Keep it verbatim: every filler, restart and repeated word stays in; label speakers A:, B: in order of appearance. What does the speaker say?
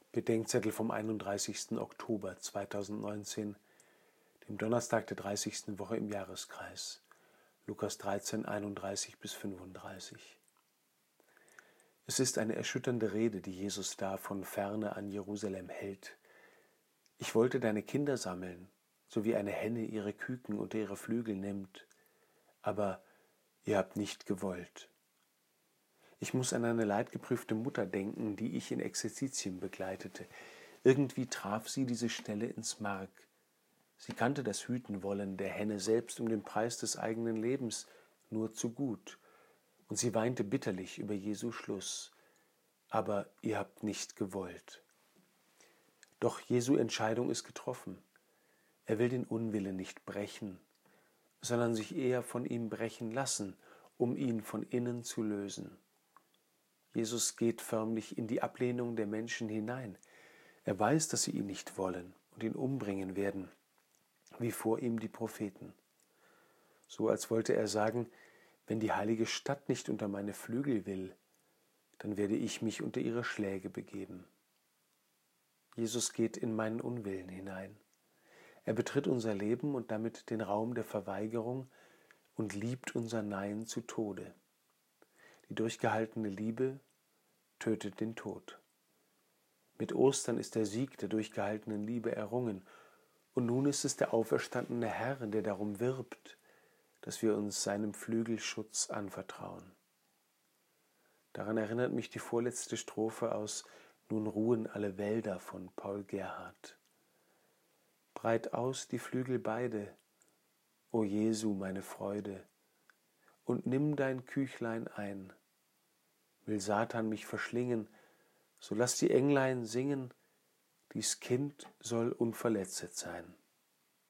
A: Bedenkzettel vom einunddreißigsten Oktober zweitausendneunzehn, dem Donnerstag der dreißigsten Woche im Jahreskreis. Lukas dreizehn, einunddreißig bis fünfunddreißig. Es ist eine erschütternde Rede, die Jesus da von ferne an Jerusalem hält. Ich wollte deine Kinder sammeln, so wie eine Henne ihre Küken unter ihre Flügel nimmt, aber ihr habt nicht gewollt. Ich muss an eine leidgeprüfte Mutter denken, die ich in Exerzitien begleitete. Irgendwie traf sie diese Stelle ins Mark. Sie kannte das Hütenwollen der Henne selbst um den Preis des eigenen Lebens nur zu gut. Und sie weinte bitterlich über Jesu Schluss. Aber ihr habt nicht gewollt. Doch Jesu Entscheidung ist getroffen. Er will den Unwillen nicht brechen, sondern sich eher von ihm brechen lassen, um ihn von innen zu lösen. Jesus geht förmlich in die Ablehnung der Menschen hinein. Er weiß, dass sie ihn nicht wollen und ihn umbringen werden, wie vor ihm die Propheten. So als wollte er sagen, wenn die heilige Stadt nicht unter meine Flügel will, dann werde ich mich unter ihre Schläge begeben. Jesus geht in meinen Unwillen hinein. Er betritt unser Leben und damit den Raum der Verweigerung und liebt unser Nein zu Tode. Die durchgehaltene Liebe tötet den Tod. Mit Ostern ist der Sieg der durchgehaltenen Liebe errungen und nun ist es der auferstandene Herr, der darum wirbt, dass wir uns seinem Flügelschutz anvertrauen. Daran erinnert mich die vorletzte Strophe aus »Nun ruhen alle Wälder« von Paul Gerhardt. Breit aus die Flügel beide, o Jesu, meine Freude, und nimm dein Küchlein ein. Will Satan mich verschlingen, so lass die Englein singen, dies Kind soll unverletzet sein.